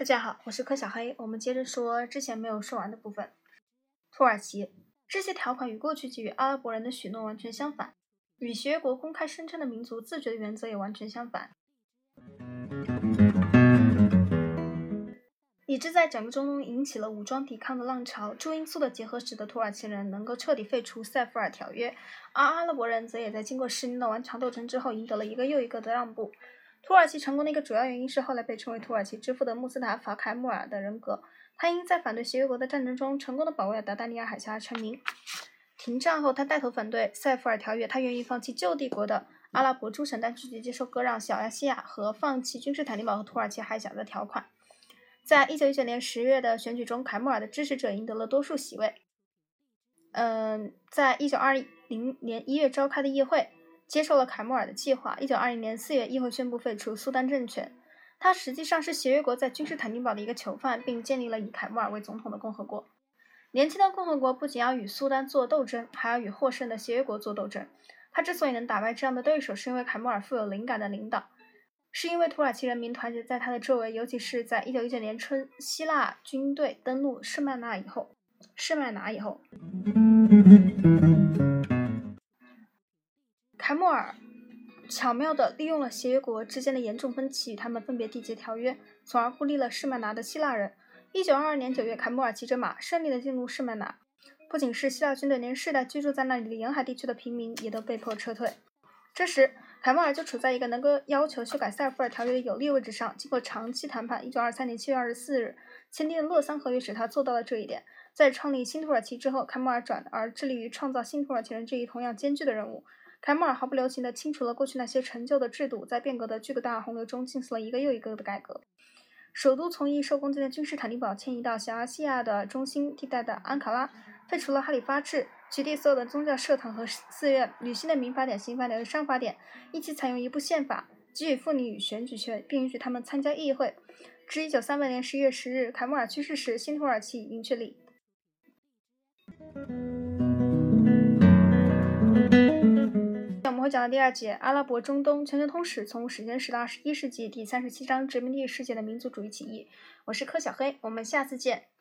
家好，我是柯小黑。我们接着说之前没有说完的部分。土耳其这些条款与过去给予阿拉伯人的许诺完全相反，与协约国公开声称的民族自决的原则也完全相反，以致在整个中东引起了武装抵抗的浪潮。诸因素的结合使得土耳其人能够彻底废除塞夫尔条约，而阿拉伯人则也在经过10年的顽强斗争之后赢得了一个又一个的让步。土耳其成功的一个主要原因是后来被称为土耳其之父的穆斯塔法·凯穆尔的人格，他因在反对协约国的战争中成功的保卫了达达尼尔海峡而成名。停战后，他带头反对塞夫尔条约，他愿意放弃旧帝国的阿拉伯诸省，但拒绝接受割让小亚细亚和放弃君士坦丁堡和土耳其海峡的条款。在1919年10月的选举中，凯穆尔的支持者赢得了多数席位。在1920年1月召开的议会接受了凯穆尔的计划。1920年4月，议会宣布废除苏丹政权。他实际上是协约国在君士坦丁堡的一个囚犯，并建立了以凯穆尔为总统的共和国。年轻的共和国不仅要与苏丹做斗争，还要与获胜的协约国做斗争。他之所以能打败这样的对手，是因为凯穆尔富有灵感的领导，是因为土耳其人民团结在他的周围，尤其是在1919年春希腊军队登陆士麦拿以后。凯穆尔巧妙地利用了协约国之间的严重分歧，与他们分别缔结条约，从而孤立了士麦拿的希腊人。1922年9月，凯穆尔骑着马顺利地进入士麦拿，不仅是希腊军队，连世代居住在那里的沿海地区的平民也都被迫撤退。这时，凯穆尔就处在一个能够要求修改塞夫尔条约的有利位置上。经过长期谈判，1923年7月24日签订的洛桑合约使他做到了这一点。在创立新土耳其之后，凯穆尔转而致力于创造新土耳其人这一同样艰巨的任务。凯穆尔毫不留情地清除了过去那些陈旧的制度，在变革的巨大洪流中进行了一个又一个的改革。首都从易受攻击的君士坦丁堡迁移到小亚细亚的中心地带的安卡拉，废除了哈里发制，取缔所有的宗教社团和寺院，履新的民法典、刑法典和商法典，一起采用一部宪法，给予妇女选举权，并允许他们参加议会。至1938年11月10日，凯穆尔去世时，新土耳其已经确立。我们会讲到第二节阿拉伯中东全球通史，从史前史到21世纪，第37章殖民地世界的民族主义起义。我是柯小黑，我们下次见。